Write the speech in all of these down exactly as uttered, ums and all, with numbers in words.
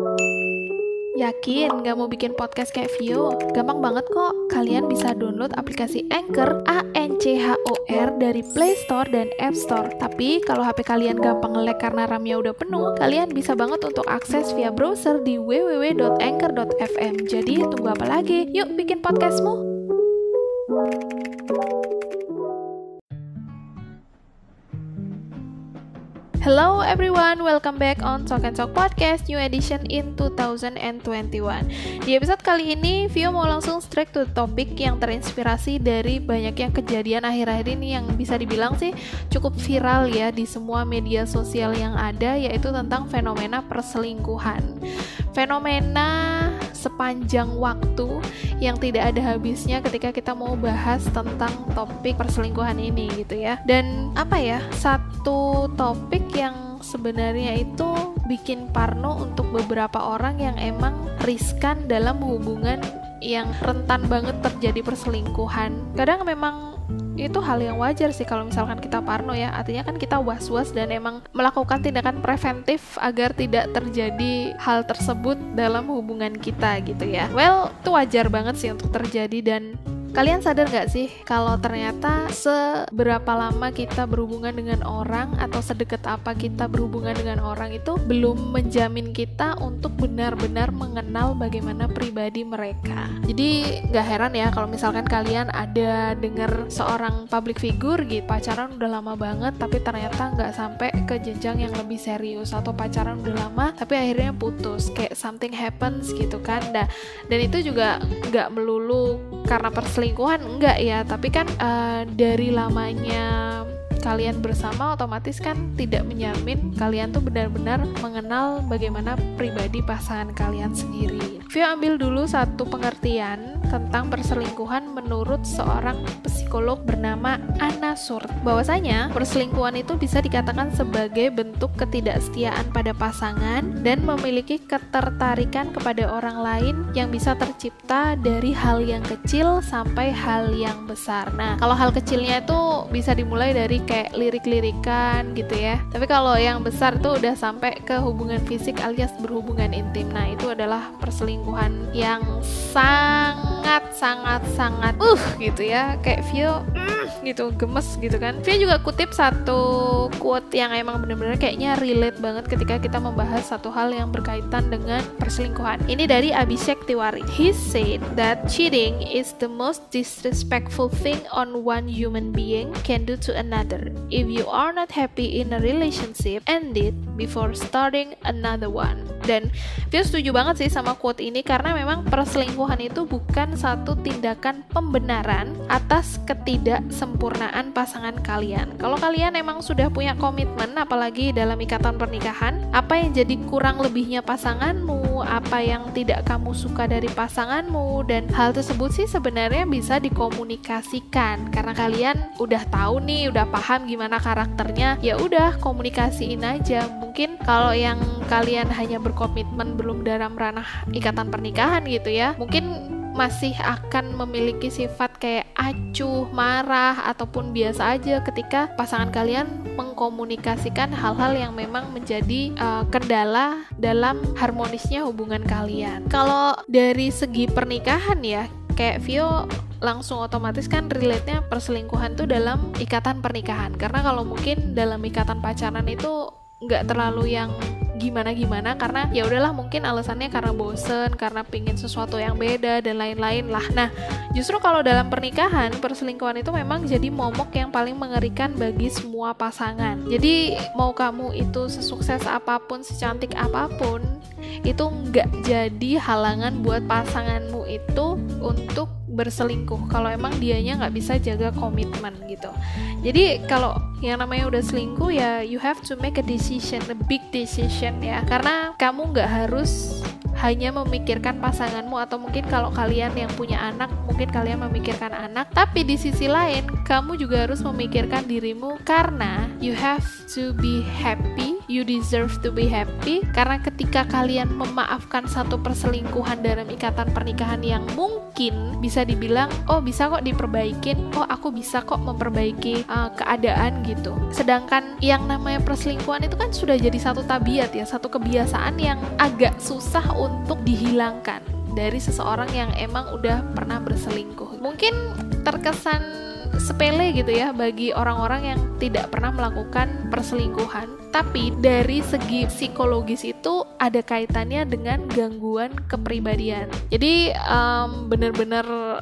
Yakin gak mau bikin podcast kayak Vio? Gampang banget kok. Kalian bisa download aplikasi Anchor, A N C H O R dari Play Store dan App Store. Tapi kalau H P kalian gampang nge-lag karena RAM-nya udah penuh, kalian bisa banget untuk akses via browser di w w w dot anchor dot f m. Jadi tunggu apa lagi? Yuk bikin podcastmu! Hello everyone, welcome back on Talk and Talk Podcast, new edition in two thousand twenty-one. Di episode kali ini, Vio mau langsung straight to the topic yang terinspirasi dari banyak yang kejadian akhir-akhir ini yang bisa dibilang sih cukup viral ya di semua media sosial yang ada, yaitu tentang fenomena perselingkuhan. Fenomena sepanjang waktu yang tidak ada habisnya ketika kita mau bahas tentang topik perselingkuhan ini gitu ya. Dan apa ya, satu topik yang sebenarnya itu bikin parno untuk beberapa orang yang emang riskan dalam hubungan yang rentan banget terjadi perselingkuhan. Kadang memang itu hal yang wajar sih kalau misalkan kita parno ya, artinya kan kita was-was dan emang melakukan tindakan preventif agar tidak terjadi hal tersebut dalam hubungan kita gitu ya. Well, itu wajar banget sih untuk terjadi. Dan kalian sadar gak sih kalau ternyata seberapa lama kita berhubungan dengan orang atau sedekat apa kita berhubungan dengan orang itu belum menjamin kita untuk benar-benar mengenal bagaimana pribadi mereka. Jadi gak heran ya kalau misalkan kalian ada dengar seorang public figure gitu pacaran udah lama banget tapi ternyata gak sampai ke jenjang yang lebih serius, atau pacaran udah lama tapi akhirnya putus, kayak something happens gitu kan. Nah, dan itu juga gak melulu karena perselingkuhan, enggak ya, tapi kan uh, dari lamanya kalian bersama otomatis kan tidak menjamin kalian tuh benar-benar mengenal bagaimana pribadi pasangan kalian sendiri. Vio ambil dulu satu pengertian tentang perselingkuhan menurut seorang psikolog bernama Anna Surt. Bahwasanya perselingkuhan itu bisa dikatakan sebagai bentuk ketidaksetiaan pada pasangan dan memiliki ketertarikan kepada orang lain yang bisa tercipta dari hal yang kecil sampai hal yang besar. Nah, kalau hal kecilnya itu bisa dimulai dari kayak lirik-lirikan gitu ya. Tapi kalau yang besar tuh udah sampai ke hubungan fisik alias berhubungan intim. Nah, itu adalah perselingkuhan yang sangat sangat sangat uh gitu ya. Kayak Vio mm, gitu gemes gitu kan. Vio juga kutip satu quote yang emang bener-bener kayaknya relate banget ketika kita membahas satu hal yang berkaitan dengan perselingkuhan. Ini dari Abhishek Tiwari. He said that cheating is the most disrespectful thing on one human being can do to another. If you are not happy in a relationship, end it before starting another one. Dan Vio setuju banget sih sama quote ini karena memang perselingkuhan itu bukan satu tindakan pembenaran atas ketidaksempurnaan pasangan kalian. Kalau kalian emang sudah punya komitmen, apalagi dalam ikatan pernikahan, apa yang jadi kurang lebihnya pasanganmu, apa yang tidak kamu suka dari pasanganmu, dan hal tersebut sih sebenarnya bisa dikomunikasikan karena kalian udah tahu nih, udah paham gimana karakternya. Ya udah komunikasiin aja. Mungkin kalau yang kalian hanya berkomitmen belum dalam ranah ikatan pernikahan gitu ya, mungkin masih akan memiliki sifat kayak acuh, marah, ataupun biasa aja ketika pasangan kalian mengkomunikasikan hal-hal yang memang menjadi uh, kendala dalam harmonisnya hubungan kalian. Kalau dari segi pernikahan ya, kayak Vio langsung otomatis kan relate-nya perselingkuhan tuh dalam ikatan pernikahan. Karena kalau mungkin dalam ikatan pacaran itu nggak terlalu yang gimana-gimana karena ya udahlah mungkin alasannya karena bosen, karena pingin sesuatu yang beda dan lain-lain lah. Nah, justru kalau dalam pernikahan perselingkuhan itu memang jadi momok yang paling mengerikan bagi semua pasangan. Jadi mau kamu itu sesukses apapun, secantik apapun, itu nggak jadi halangan buat pasanganmu itu untuk berselingkuh kalau emang dianya nggak bisa jaga komitmen gitu. Jadi kalau yang namanya udah selingkuh ya you have to make a decision, a big decision ya, karena kamu nggak harus hanya memikirkan pasanganmu, atau mungkin kalau kalian yang punya anak mungkin kalian memikirkan anak, tapi di sisi lain kamu juga harus memikirkan dirimu karena you have to be happy you deserve to be happy, karena ketika kalian memaafkan satu perselingkuhan dalam ikatan pernikahan yang mungkin bisa dibilang, oh bisa kok diperbaikin, oh aku bisa kok memperbaiki uh, keadaan gitu. Sedangkan yang namanya perselingkuhan itu kan sudah jadi satu tabiat ya, satu kebiasaan yang agak susah untuk dihilangkan dari seseorang yang emang udah pernah berselingkuh. Mungkin terkesan sepele gitu ya bagi orang-orang yang tidak pernah melakukan perselingkuhan, tapi dari segi psikologis itu ada kaitannya dengan gangguan kepribadian. Jadi um, benar-benar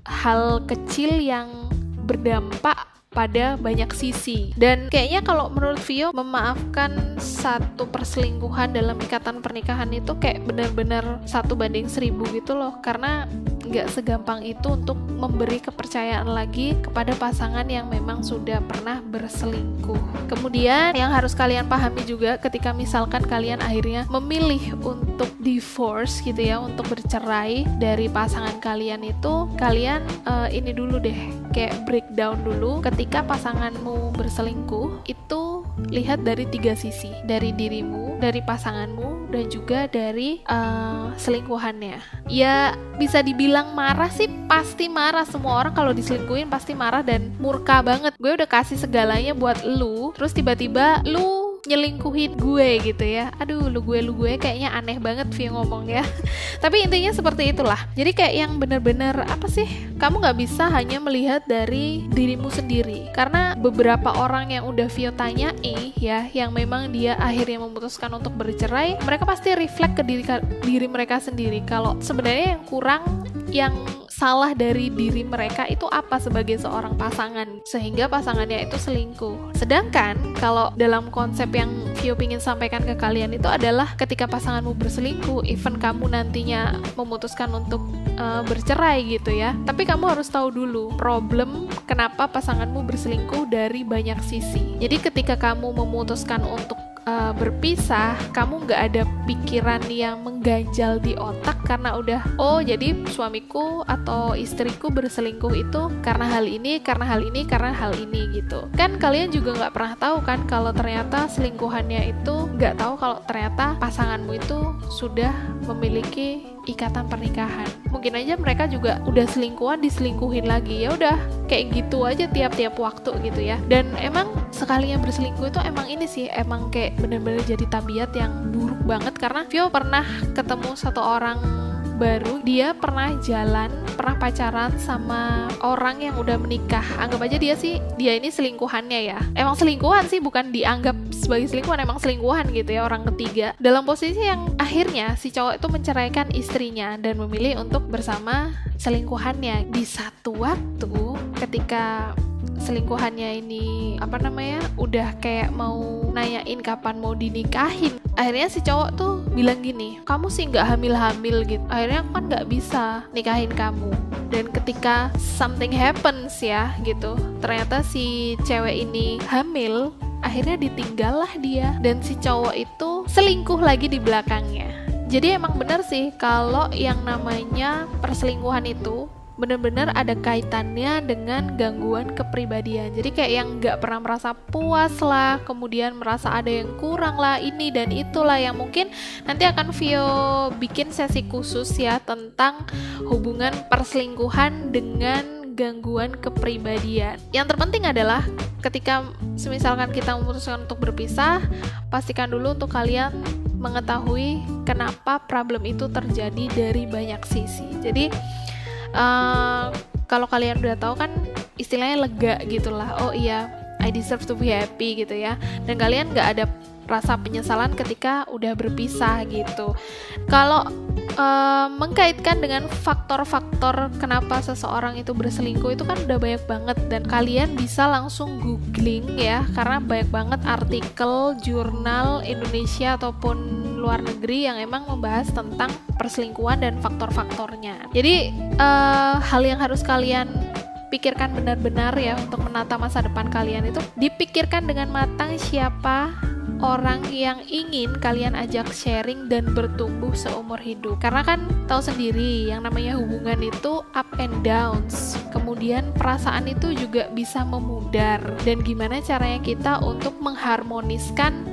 hal kecil yang berdampak pada banyak sisi. Dan kayaknya kalau menurut Vio, memaafkan satu perselingkuhan dalam ikatan pernikahan itu kayak benar-benar satu banding seribu gitu loh, karena nggak segampang itu untuk memberi kepercayaan lagi kepada pasangan yang memang sudah pernah berselingkuh. Kemudian yang harus kalian pahami juga ketika misalkan kalian akhirnya memilih untuk divorce gitu ya, untuk bercerai dari pasangan kalian itu, kalian uh, ini dulu deh, kayak breakdown dulu. Ketika pasanganmu berselingkuh itu lihat dari tiga sisi, dari dirimu, dari pasanganmu, dan juga dari uh, selingkuhannya. Ya bisa dibilang marah sih, pasti marah. Semua orang kalau diselingkuhin pasti marah dan murka banget. Gue udah kasih segalanya buat lu, terus tiba-tiba lu nyelingkuhin gue gitu ya. Aduh, lu gue lu gue kayaknya aneh banget Vio ngomong ya. Tapi intinya seperti itulah. Jadi kayak yang bener-bener apa sih, kamu gak bisa hanya melihat dari dirimu sendiri, karena beberapa orang yang udah Vio tanyai ya, yang memang dia akhirnya memutuskan untuk bercerai, mereka pasti reflect ke diri, diri mereka sendiri kalau sebenarnya yang kurang, yang salah dari diri mereka itu apa sebagai seorang pasangan, sehingga pasangannya itu selingkuh. Sedangkan kalau dalam konsep yang Vio pingin sampaikan ke kalian itu adalah ketika pasanganmu berselingkuh, even kamu nantinya memutuskan untuk uh, bercerai gitu ya, tapi kamu harus tahu dulu problem kenapa pasanganmu berselingkuh dari banyak sisi. Jadi ketika kamu memutuskan untuk Uh, berpisah, kamu nggak ada pikiran yang mengganjal di otak karena udah, oh jadi suamiku atau istriku berselingkuh itu karena hal ini, karena hal ini, karena hal ini gitu. Kan kalian juga nggak pernah tahu kan kalau ternyata selingkuhannya itu, nggak tahu kalau ternyata pasanganmu itu sudah memiliki ikatan pernikahan. Mungkin aja mereka juga udah selingkuhan diselingkuhin lagi. Ya udah kayak gitu aja tiap-tiap waktu gitu ya. Dan emang sekalinya berselingkuh itu emang ini sih, emang kayak bener-bener jadi tabiat yang buruk banget. Karena Vio pernah ketemu satu orang baru, dia pernah jalan, pernah pacaran sama orang yang udah menikah. Anggap aja dia sih, dia ini selingkuhannya ya. Emang selingkuhan sih, bukan dianggap sebagai selingkuhan, emang selingkuhan gitu ya, orang ketiga. Dalam posisi yang akhirnya si cowok itu menceraikan istrinya dan memilih untuk bersama selingkuhannya. Di satu waktu ketika selingkuhannya ini apa namanya udah kayak mau nanyain kapan mau dinikahin, akhirnya si cowok tuh bilang gini, kamu sih nggak hamil-hamil gitu, akhirnya aku kan nggak bisa nikahin kamu. Dan ketika something happens ya gitu, ternyata si cewek ini hamil, akhirnya ditinggallah dia dan si cowok itu selingkuh lagi di belakangnya. Jadi emang benar sih kalau yang namanya perselingkuhan itu benar-benar ada kaitannya dengan gangguan kepribadian. Jadi kayak yang nggak pernah merasa puas lah, kemudian merasa ada yang kurang lah, ini dan itulah, yang mungkin nanti akan Vio bikin sesi khusus ya tentang hubungan perselingkuhan dengan gangguan kepribadian. Yang terpenting adalah ketika misalkan kita memutuskan untuk berpisah, pastikan dulu untuk kalian mengetahui kenapa problem itu terjadi dari banyak sisi. Jadi Uh, kalau kalian udah tahu kan istilahnya lega gitulah, oh iya I deserve to be happy gitu ya, dan kalian nggak ada rasa penyesalan ketika udah berpisah gitu. Kalau uh, mengkaitkan dengan faktor-faktor kenapa seseorang itu berselingkuh itu kan udah banyak banget, dan kalian bisa langsung googling ya, karena banyak banget artikel jurnal Indonesia ataupun luar negeri yang emang membahas tentang perselingkuhan dan faktor-faktornya. Jadi uh, hal yang harus kalian pikirkan benar-benar ya untuk menata masa depan kalian itu, dipikirkan dengan matang siapa orang yang ingin kalian ajak sharing dan bertumbuh seumur hidup. Karena kan tahu sendiri yang namanya hubungan itu up and downs, kemudian perasaan itu juga bisa memudar, dan gimana caranya kita untuk mengharmoniskan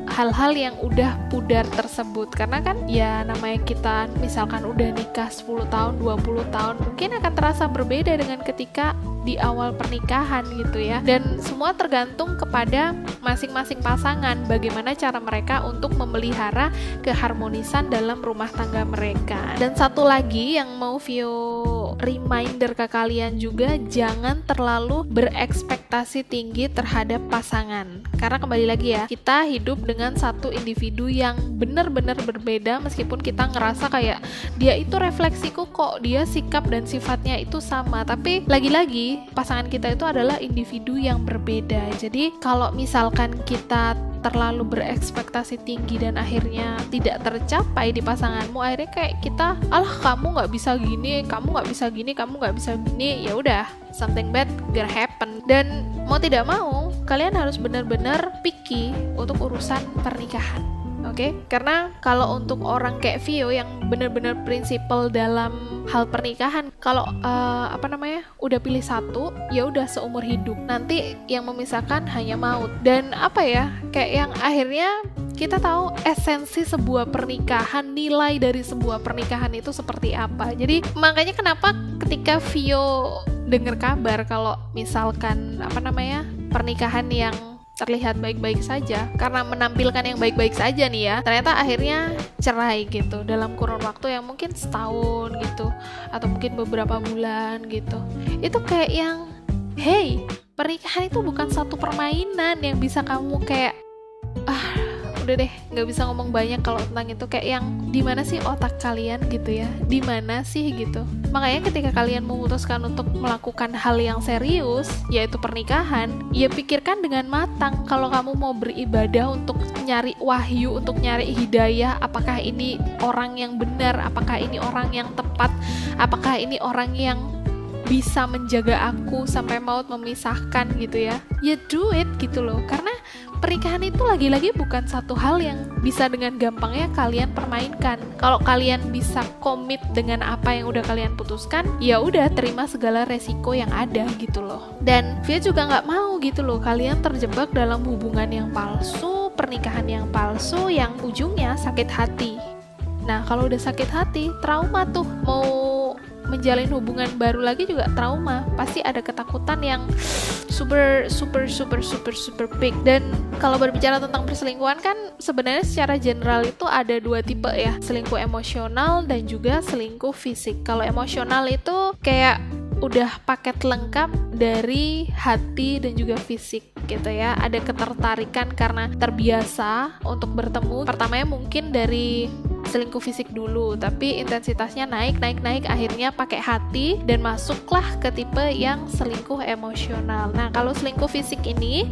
hal-hal yang udah pudar tersebut. Karena kan ya namanya kita misalkan udah nikah sepuluh tahun, dua puluh tahun, mungkin akan terasa berbeda dengan ketika di awal pernikahan gitu ya. Dan semua tergantung kepada masing-masing pasangan, bagaimana cara mereka untuk memelihara keharmonisan dalam rumah tangga mereka. Dan satu lagi yang mau Vio reminder ke kalian juga, jangan terlalu berekspektasi tinggi terhadap pasangan. Karena kembali lagi ya, kita hidup dengan satu individu yang benar-benar berbeda, meskipun kita ngerasa kayak dia itu refleksiku kok, dia sikap dan sifatnya itu sama. Tapi lagi-lagi pasangan kita itu adalah individu yang berbeda. Jadi kalau misalkan kita terlalu berekspektasi tinggi dan akhirnya tidak tercapai di pasanganmu, akhirnya kayak kita, alah kamu nggak bisa gini, kamu nggak bisa gini, kamu nggak bisa gini, ya udah, something bad gonna happen. Dan mau tidak mau kalian harus benar-benar picky untuk urusan pernikahan. Oke, okay? Karena kalau untuk orang kayak Vio yang benar-benar prinsipal dalam hal pernikahan, kalau uh, apa namanya udah pilih satu, ya udah seumur hidup. Nanti yang memisahkan hanya maut. Dan apa ya, kayak yang akhirnya kita tahu esensi sebuah pernikahan, nilai dari sebuah pernikahan itu seperti apa. Jadi makanya kenapa ketika Vio dengar kabar kalau misalkan apa namanya pernikahan yang terlihat baik-baik saja, karena menampilkan yang baik-baik saja nih ya, ternyata akhirnya cerai gitu dalam kurun waktu yang mungkin setahun gitu, atau mungkin beberapa bulan gitu. Itu kayak yang, hey, pernikahan itu bukan satu permainan yang bisa kamu kayak, ah udah deh, nggak bisa ngomong banyak kalau tentang itu. Kayak yang dimana sih otak kalian gitu ya, dimana sih gitu. Makanya ketika kalian memutuskan untuk melakukan hal yang serius, yaitu pernikahan, ya pikirkan dengan matang. Kalau kamu mau beribadah untuk nyari wahyu, untuk nyari hidayah, apakah ini orang yang benar, apakah ini orang yang tepat, apakah ini orang yang bisa menjaga aku sampai maut memisahkan gitu ya, ya do it gitu loh. Karena pernikahan itu lagi-lagi bukan satu hal yang bisa dengan gampangnya kalian permainkan. Kalau kalian bisa komit dengan apa yang udah kalian putuskan, ya udah terima segala resiko yang ada gitu loh. Dan Via juga nggak mau gitu loh kalian terjebak dalam hubungan yang palsu, pernikahan yang palsu, yang ujungnya sakit hati. Nah kalau udah sakit hati, trauma tuh, mau menjalin hubungan baru lagi juga trauma. Pasti ada ketakutan yang super super super super super big. Dan kalau berbicara tentang perselingkuhan kan sebenarnya secara general itu ada dua tipe ya, selingkuh emosional dan juga selingkuh fisik. Kalau emosional itu kayak udah paket lengkap dari hati dan juga fisik gitu ya. Ada ketertarikan karena terbiasa untuk bertemu. Pertamanya mungkin dari selingkuh fisik dulu, tapi intensitasnya naik, naik, naik, akhirnya pakai hati dan masuklah ke tipe yang selingkuh emosional. Nah, kalau selingkuh fisik ini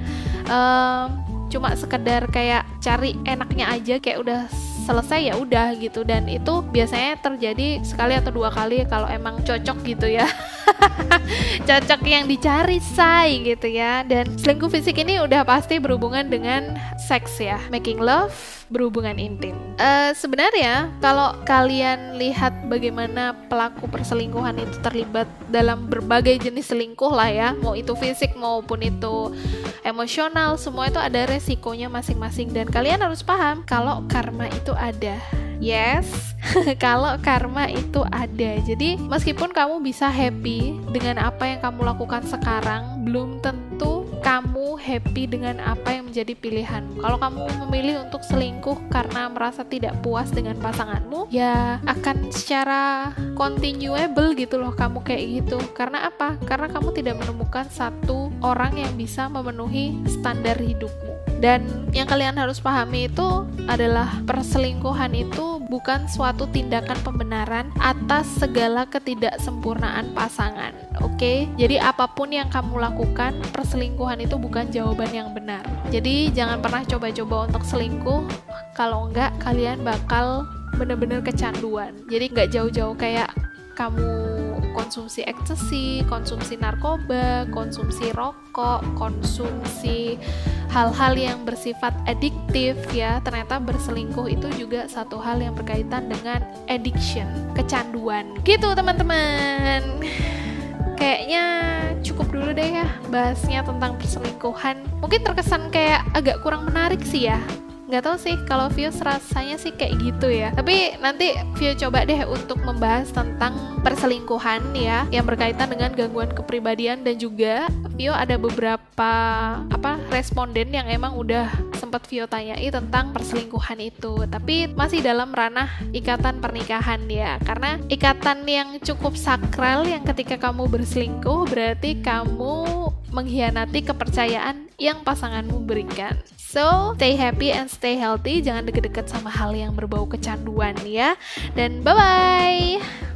um, cuma sekedar kayak cari enaknya aja, kayak udah selesai ya udah gitu, dan itu biasanya terjadi sekali atau dua kali kalau emang cocok gitu ya. Cocok yang dicari say gitu ya. Dan selingkuh fisik ini udah pasti berhubungan dengan seks ya, making love, berhubungan intim. Uh, sebenarnya kalau kalian lihat bagaimana pelaku perselingkuhan itu terlibat dalam berbagai jenis selingkuh lah ya, mau itu fisik maupun itu emosional, semua itu ada resikonya masing-masing. Dan kalian harus paham kalau karma itu ada. Yes, kalau karma itu ada. Jadi meskipun kamu bisa happy dengan apa yang kamu lakukan sekarang, belum tentu kamu happy dengan apa yang menjadi pilihanmu. Kalau kamu memilih untuk selingkuh karena merasa tidak puas dengan pasanganmu, ya akan secara continuable gitu loh kamu kayak gitu. Karena apa? Karena kamu tidak menemukan satu orang yang bisa memenuhi standar hidupmu. Dan yang kalian harus pahami itu adalah perselingkuhan itu bukan suatu tindakan pembenaran atas segala ketidaksempurnaan pasangan. Oke, okay? Jadi apapun yang kamu lakukan, perselingkuhan itu bukan jawaban yang benar. Jadi jangan pernah coba-coba untuk selingkuh. Kalau enggak, kalian bakal bener-bener kecanduan. Jadi nggak jauh-jauh kayak kamu konsumsi ekstasi, konsumsi narkoba, konsumsi rokok, konsumsi hal-hal yang bersifat adiktif ya. Ternyata berselingkuh itu juga satu hal yang berkaitan dengan addiction, kecanduan. Gitu teman-teman. Kayaknya cukup dulu deh ya bahasnya tentang perselingkuhan. Mungkin terkesan kayak agak kurang menarik sih ya. Nggak tahu sih kalau Vio rasanya sih kayak gitu ya. Tapi nanti Vio coba deh untuk membahas tentang perselingkuhan ya, yang berkaitan dengan gangguan kepribadian, dan juga Vio ada beberapa apa responden yang emang udah sempat Vio tanyai tentang perselingkuhan itu. Tapi masih dalam ranah ikatan pernikahan ya, karena ikatan yang cukup sakral yang ketika kamu berselingkuh berarti kamu mengkhianati kepercayaan yang pasanganmu berikan. So, stay happy and stay healthy. Jangan deket-deket sama hal yang berbau kecanduan ya. Dan bye-bye!